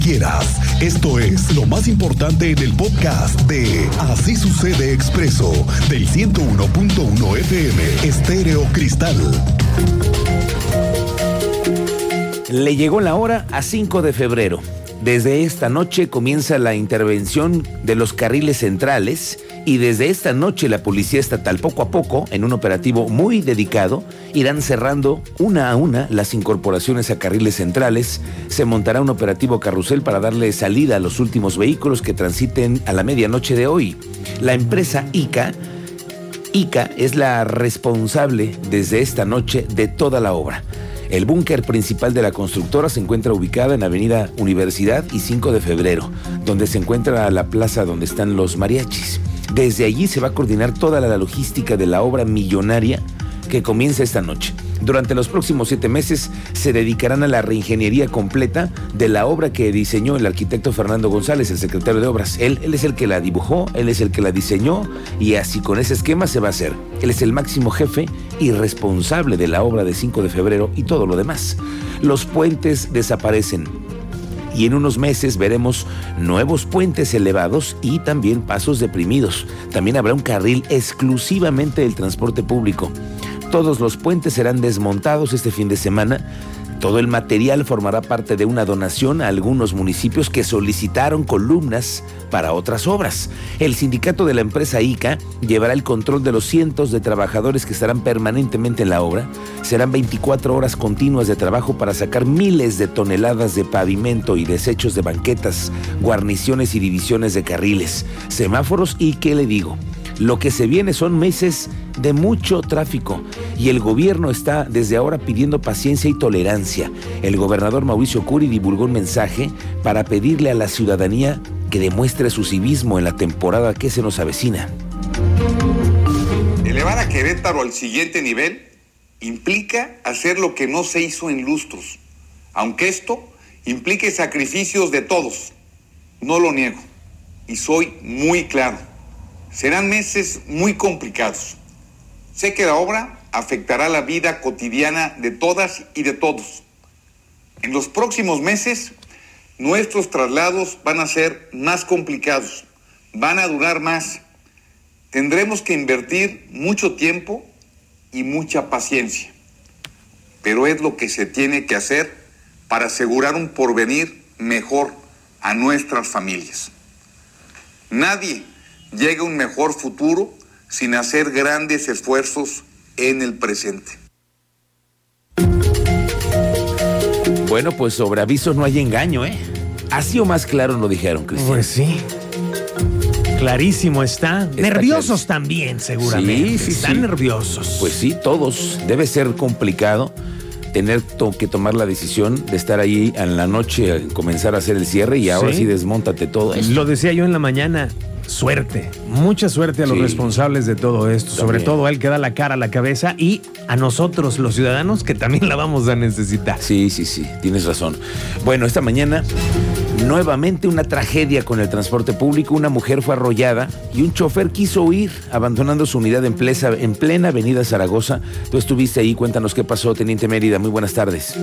quieras. Esto es lo más importante en el podcast de Así Sucede Expreso del 101.1 FM Estéreo Cristal. Le llegó la hora a 5 de febrero. Desde esta noche comienza la intervención de los carriles centrales y desde esta noche la Policía Estatal poco a poco, en un operativo muy dedicado, irán cerrando una a una las incorporaciones a carriles centrales. Se montará un operativo carrusel para darle salida a los últimos vehículos que transiten a la medianoche de hoy. La empresa ICA es la responsable desde esta noche de toda la obra. El búnker principal de la constructora se encuentra ubicada en Avenida Universidad y 5 de Febrero, donde se encuentra la plaza donde están los mariachis. Desde allí se va a coordinar toda la logística de la obra millonaria que comienza esta noche. Durante los próximos 7 meses se dedicarán a la reingeniería completa de la obra que diseñó el arquitecto Fernando González, el secretario de Obras. Él es el que la dibujó, él es el que la diseñó y así con ese esquema se va a hacer. Él es el máximo jefe y responsable de la obra de 5 de febrero y todo lo demás. Los puentes desaparecen y en unos meses veremos nuevos puentes elevados y también pasos deprimidos. También habrá un carril exclusivamente del transporte público. Todos los puentes serán desmontados este fin de semana. Todo el material formará parte de una donación a algunos municipios que solicitaron columnas para otras obras. El sindicato de la empresa ICA llevará el control de los cientos de trabajadores que estarán permanentemente en la obra. Serán 24 horas continuas de trabajo para sacar miles de toneladas de pavimento y desechos de banquetas, guarniciones y divisiones de carriles, semáforos y ¿qué le digo? Lo que se viene son meses de mucho tráfico y el gobierno está desde ahora pidiendo paciencia y tolerancia. El gobernador Mauricio Curi divulgó un mensaje para pedirle a la ciudadanía que demuestre su civismo en la temporada que se nos avecina. Elevar a Querétaro al siguiente nivel implica hacer lo que no se hizo en lustros, aunque esto implique sacrificios de todos. No lo niego y soy muy claro. Serán meses muy complicados. Sé que la obra afectará la vida cotidiana de todas y de todos. En los próximos meses, nuestros traslados van a ser más complicados, van a durar más. Tendremos que invertir mucho tiempo y mucha paciencia. Pero es lo que se tiene que hacer para asegurar un porvenir mejor a nuestras familias. Nadie llega a un mejor futuro sin hacer grandes esfuerzos en el presente. Bueno, pues sobre avisos no hay engaño, ¿eh? Así o más claro lo dijeron, Cristian. Pues sí. Clarísimo está. Nerviosos también, seguramente. Sí, están nerviosos. Pues sí, todos. Debe ser complicado tener que tomar la decisión de estar ahí en la noche, comenzar a hacer el cierre y ahora sí desmóntate todo esto. Lo decía yo en la mañana. Suerte, mucha suerte a los responsables de todo esto, sobre todo a él que da la cara, la cabeza y a nosotros los ciudadanos que también la vamos a necesitar. Sí, tienes razón. Bueno, esta mañana nuevamente una tragedia con el transporte público. Una mujer fue arrollada y un chofer quiso huir abandonando su unidad en plena avenida Zaragoza. Tú estuviste ahí, cuéntanos qué pasó, Teniente Mérida, muy buenas tardes.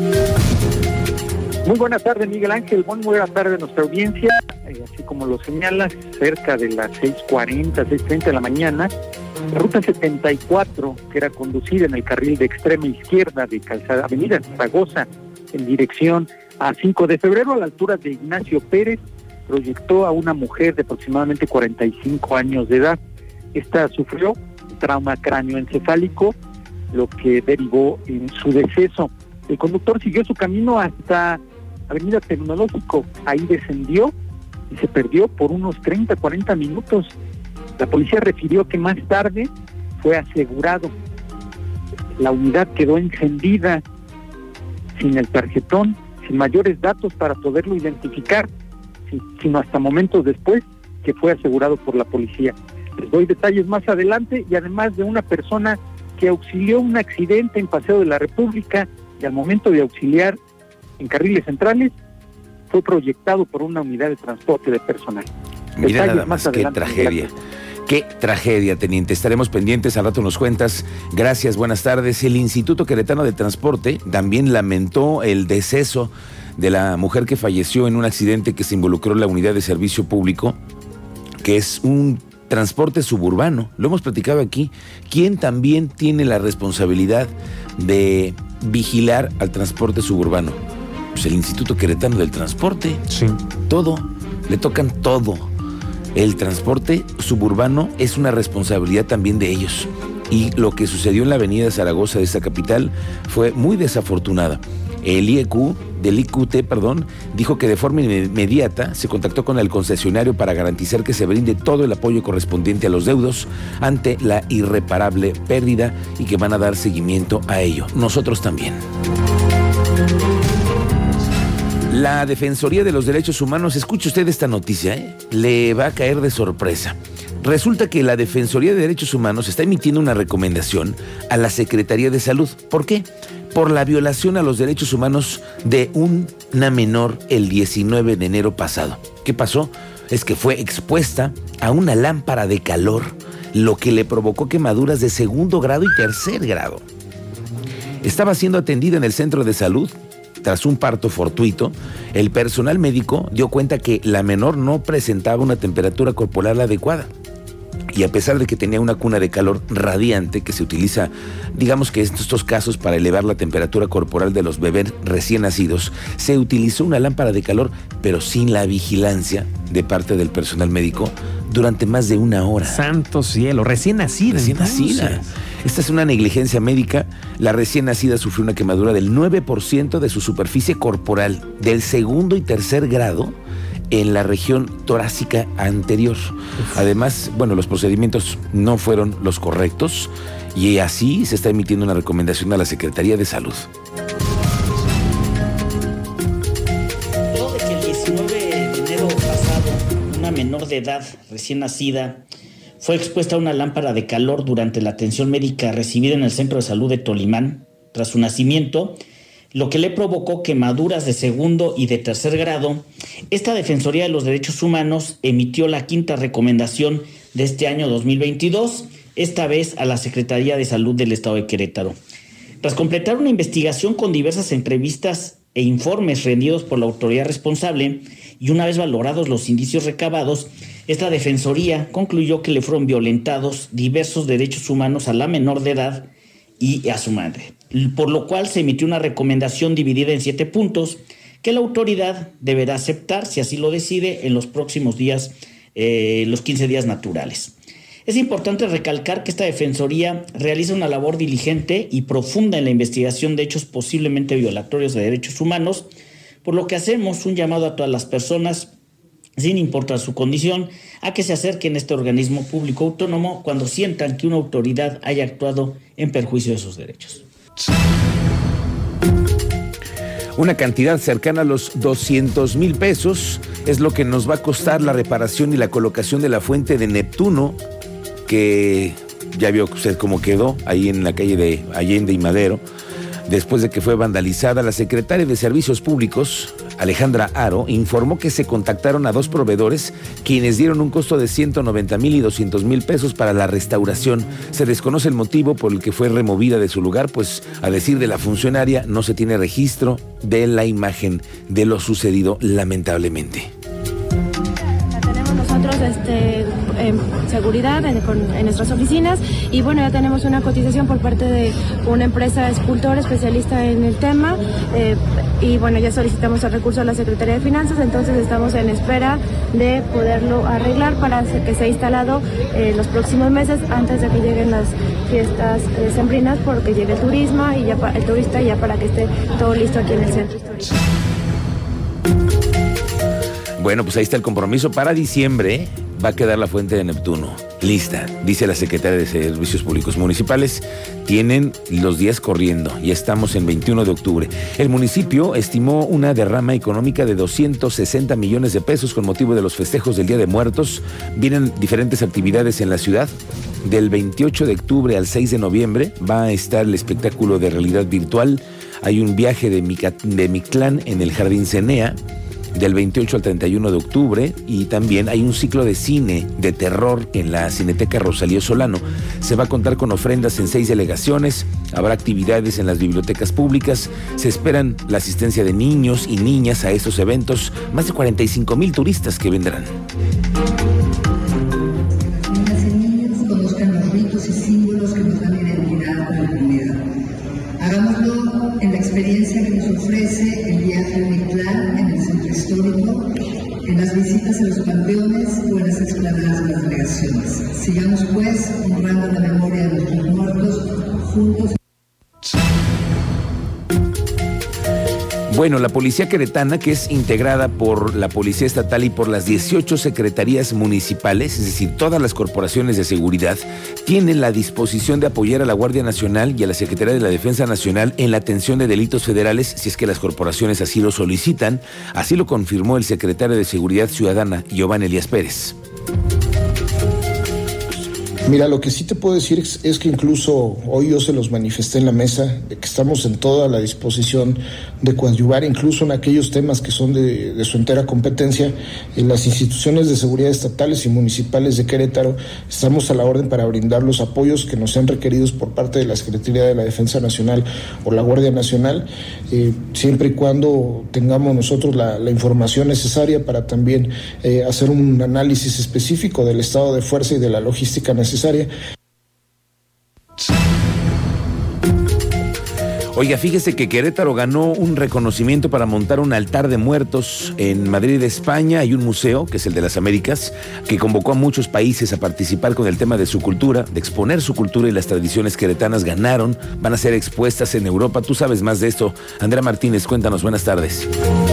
Muy buenas tardes, Miguel Ángel. Muy buenas tardes a nuestra audiencia. Así como lo señalas, cerca de las 6:40, 6:30 de la mañana, la ruta 74, que era conducida en el carril de extrema izquierda de Calzada Avenida Zaragoza, en dirección a 5 de febrero, a la altura de Ignacio Pérez, proyectó a una mujer de aproximadamente 45 años de edad. Esta sufrió trauma cráneoencefálico, lo que derivó en su deceso. El conductor siguió su camino hasta Avenida Tecnológico, ahí descendió y se perdió por unos 30-40 minutos. La policía refirió que más tarde fue asegurado. La unidad quedó encendida, sin el tarjetón, sin mayores datos para poderlo identificar, sino hasta momentos después que fue asegurado por la policía. Les doy detalles más adelante y además de una persona que auxilió un accidente en Paseo de la República y al momento de auxiliar en carriles centrales fue proyectado por una unidad de transporte de personal. Mira nada más, qué tragedia. Qué tragedia, teniente. Estaremos pendientes, al rato nos cuentas. Gracias, buenas tardes. El Instituto Queretano de Transporte también lamentó el deceso de la mujer que falleció en un accidente que se involucró en la unidad de servicio público, que es un transporte suburbano. Lo hemos platicado aquí. ¿Quién también tiene la responsabilidad de vigilar al transporte suburbano? Pues el Instituto Queretano del Transporte. Sí. Todo, le tocan todo. El transporte suburbano es una responsabilidad también de ellos. Y lo que sucedió en la avenida Zaragoza de esta capital fue muy desafortunada. El IQT, dijo que de forma inmediata se contactó con el concesionario para garantizar que se brinde todo el apoyo correspondiente a los deudos ante la irreparable pérdida y que van a dar seguimiento a ello. Nosotros también. La Defensoría de los Derechos Humanos, escuche usted esta noticia, le va a caer de sorpresa. Resulta que la Defensoría de Derechos Humanos está emitiendo una recomendación a la Secretaría de Salud. ¿Por qué? Por la violación a los derechos humanos de una menor el 19 de enero pasado. ¿Qué pasó? Es que fue expuesta a una lámpara de calor, lo que le provocó quemaduras de 2º grado y 3er grado. Estaba siendo atendida en el centro de salud. Tras un parto fortuito, el personal médico dio cuenta que la menor no presentaba una temperatura corporal adecuada. Y a pesar de que tenía una cuna de calor radiante que se utiliza, digamos que en estos casos para elevar la temperatura corporal de los bebés recién nacidos, se utilizó una lámpara de calor, pero sin la vigilancia de parte del personal médico durante más de 1 hora. Santo cielo, recién nacida. Esta es una negligencia médica. La recién nacida sufrió una quemadura del 9% de su superficie corporal, del 2º y 3er grado, en la región torácica anterior. Además, los procedimientos no fueron los correctos y así se está emitiendo una recomendación a la Secretaría de Salud. Luego de que el 19 de enero pasado, una menor de edad recién nacida fue expuesta a una lámpara de calor durante la atención médica recibida en el Centro de Salud de Tolimán, tras su nacimiento, lo que le provocó quemaduras de 2º y de 3er grado, esta Defensoría de los Derechos Humanos emitió la 5ª recomendación de este año 2022, esta vez a la Secretaría de Salud del Estado de Querétaro. Tras completar una investigación con diversas entrevistas e informes rendidos por la autoridad responsable y una vez valorados los indicios recabados, esta Defensoría concluyó que le fueron violentados diversos derechos humanos a la menor de edad y a su madre, por lo cual se emitió una recomendación dividida en 7 puntos que la autoridad deberá aceptar, si así lo decide, en los próximos días, los 15 días naturales. Es importante recalcar que esta Defensoría realiza una labor diligente y profunda en la investigación de hechos posiblemente violatorios de derechos humanos, por lo que hacemos un llamado a todas las personas, sin importar su condición, a que se acerquen a este organismo público autónomo cuando sientan que una autoridad haya actuado en perjuicio de sus derechos. Una cantidad cercana a los 200,000 pesos es lo que nos va a costar la reparación y la colocación de la fuente de Neptuno, que ya vio usted cómo quedó ahí en la calle de Allende y Madero. Después de que fue vandalizada, la secretaria de Servicios Públicos, Alejandra Haro, informó que se contactaron a 2 proveedores quienes dieron un costo de 190,000 y 200,000 pesos para la restauración. Se desconoce el motivo por el que fue removida de su lugar, pues a decir de la funcionaria no se tiene registro de la imagen de lo sucedido lamentablemente. Nosotros en seguridad en nuestras oficinas y ya tenemos una cotización por parte de una empresa escultora especialista en el tema y ya solicitamos el recurso a la Secretaría de Finanzas, entonces estamos en espera de poderlo arreglar para que sea instalado los próximos meses antes de que lleguen las fiestas decembrinas, porque llegue el turismo y ya el turista ya para que esté todo listo aquí en el centro histórico. Bueno, pues ahí está el compromiso. Para diciembre va a quedar la fuente de Neptuno lista, dice la Secretaría de Servicios Públicos Municipales. Tienen los días corriendo y estamos en 21 de octubre. El municipio estimó una derrama económica de 260 millones de pesos con motivo de los festejos del Día de Muertos. Vienen diferentes actividades en la ciudad. Del 28 de octubre al 6 de noviembre va a estar el espectáculo de realidad virtual. Hay un viaje de Mictlán en el Jardín Cenea. del 28 al 31 de octubre, y también hay un ciclo de cine de terror en la Cineteca Rosalío Solano. Se va a contar con ofrendas en 6 delegaciones, habrá actividades en las bibliotecas públicas, se esperan la asistencia de niños y niñas a estos eventos, más de 45,000 turistas que vendrán. Niñas y niños conozcan los ritos y símbolos que nos dan identidad a la comunidad. Hagámoslo en la experiencia que nos ofrece el viaje a Mictlán en el centro histórico, en las visitas a los panteones o en las explanadas de las delegaciones. Sigamos pues honrando la memoria de nuestros muertos juntos. Bueno, la policía queretana, que es integrada por la Policía Estatal y por las 18 secretarías municipales, es decir, todas las corporaciones de seguridad, tienen la disposición de apoyar a la Guardia Nacional y a la Secretaría de la Defensa Nacional en la atención de delitos federales, si es que las corporaciones así lo solicitan. Así lo confirmó el secretario de Seguridad Ciudadana, Giovanni Elías Pérez. Mira, lo que sí te puedo decir es que incluso hoy yo se los manifesté en la mesa, de que estamos en toda la disposición de coadyuvar, incluso en aquellos temas que son de su entera competencia. En las instituciones de seguridad estatales y municipales de Querétaro estamos a la orden para brindar los apoyos que nos sean requeridos por parte de la Secretaría de la Defensa Nacional o la Guardia Nacional, siempre y cuando tengamos nosotros la información necesaria para también hacer un análisis específico del estado de fuerza y de la logística necesaria. Oiga, fíjese que Querétaro ganó un reconocimiento para montar un altar de muertos en Madrid, España. Hay un museo, que es el de las Américas, que convocó a muchos países a participar con el tema de su cultura, de exponer su cultura, y las tradiciones queretanas ganaron. Van a ser expuestas en Europa. Tú sabes más de esto. Andrea Martínez, cuéntanos. Buenas tardes.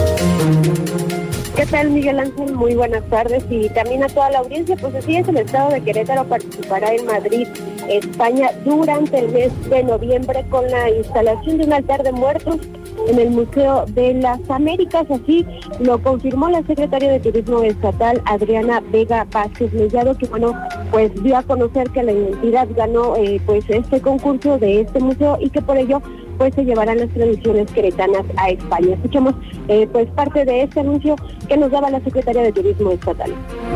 ¿Qué tal, Miguel Ángel? Muy buenas tardes, y también a toda la audiencia. Pues así es, el estado de Querétaro participará en Madrid, España, durante el mes de noviembre con la instalación de un altar de muertos en el Museo de las Américas. Así lo confirmó la secretaria de Turismo Estatal, Adriana Vega Vázquez Mellado, que pues dio a conocer que la entidad ganó pues este concurso de este museo, y que por ello pues se llevarán las tradiciones queretanas a España. Escuchemos pues parte de este anuncio que nos daba la secretaria de Turismo Estatal.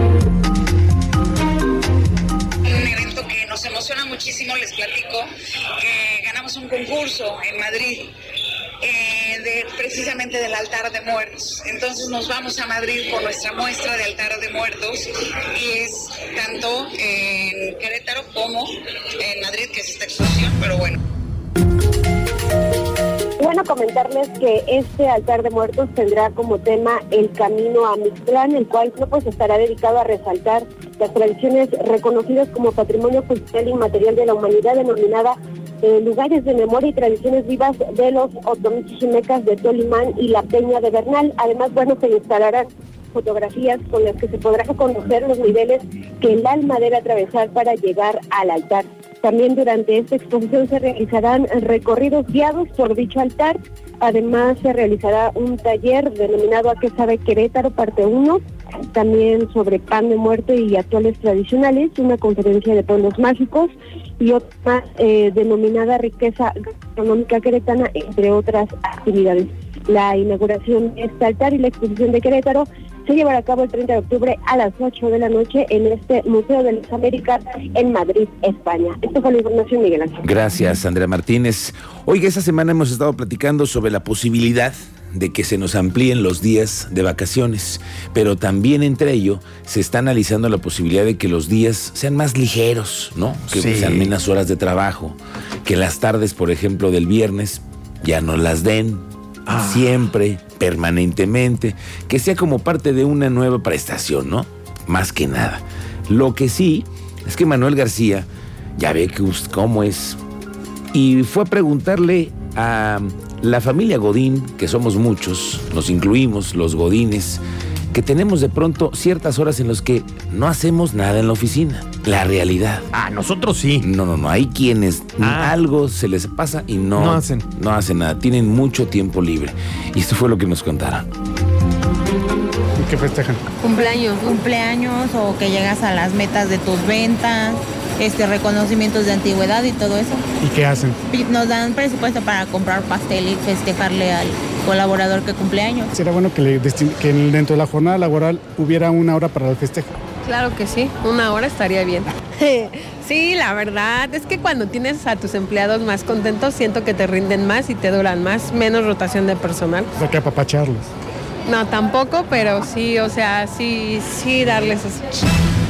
Un evento que nos emociona muchísimo, les platico que ganamos un concurso en Madrid precisamente del altar de muertos. Entonces nos vamos a Madrid con nuestra muestra de altar de muertos, y es tanto en Querétaro como en Madrid, que es esta exposición, pero bueno. Bueno, comentarles que este altar de muertos tendrá como tema el camino a Mictlán, el cual pues estará dedicado a resaltar las tradiciones reconocidas como Patrimonio Cultural Inmaterial de la Humanidad, denominada lugares de memoria y tradiciones vivas de los otomichimecas de Tolimán y la Peña de Bernal. Además, se instalarán fotografías con las que se podrá conocer los niveles que el alma debe atravesar para llegar al altar. También durante esta exposición se realizarán recorridos guiados por dicho altar. Además, se realizará un taller denominado ¿A qué sabe Querétaro? Parte 1, también sobre pan de muerto y atuales tradicionales, una conferencia de pueblos mágicos y otra denominada Riqueza Gastronómica Queretana, entre otras actividades. La inauguración de este altar y la exposición de Querétaro se llevará a cabo el 30 de octubre a las 8 de la noche en este Museo de las Américas en Madrid, España. Esta fue la información, Miguel Ángel. Gracias, Andrea Martínez. Oiga, esta semana hemos estado platicando sobre la posibilidad de que se nos amplíen los días de vacaciones, pero también entre ello se está analizando la posibilidad de que los días sean más ligeros, ¿no? Que sean menos horas de trabajo, que las tardes, por ejemplo, del viernes ya no las den siempre, permanentemente, que sea como parte de una nueva prestación, ¿no? Más que nada. Lo que sí es que Manuel García, ya ve que cómo es, y fue a preguntarle a la familia Godín, que somos muchos, nos incluimos los Godines, que tenemos de pronto ciertas horas en las que no hacemos nada en la oficina. La realidad. Nosotros sí. No. Hay quienes algo se les pasa y no hacen nada. Tienen mucho tiempo libre. Y esto fue lo que nos contaron. ¿Y qué festejan? Cumpleaños o que llegas a las metas de tus ventas, reconocimientos de antigüedad y todo eso. ¿Y qué hacen? Nos dan presupuesto para comprar pastel y festejarle al colaborador que cumple años. Sería bueno que dentro de la jornada laboral hubiera una hora para el festejo. Claro que sí, 1 hora estaría bien. Sí, la verdad es que cuando tienes a tus empleados más contentos, siento que te rinden más y te duran más, menos rotación de personal. O sea, que apapacharlos. No, tampoco, pero sí, o sea, sí darles eso.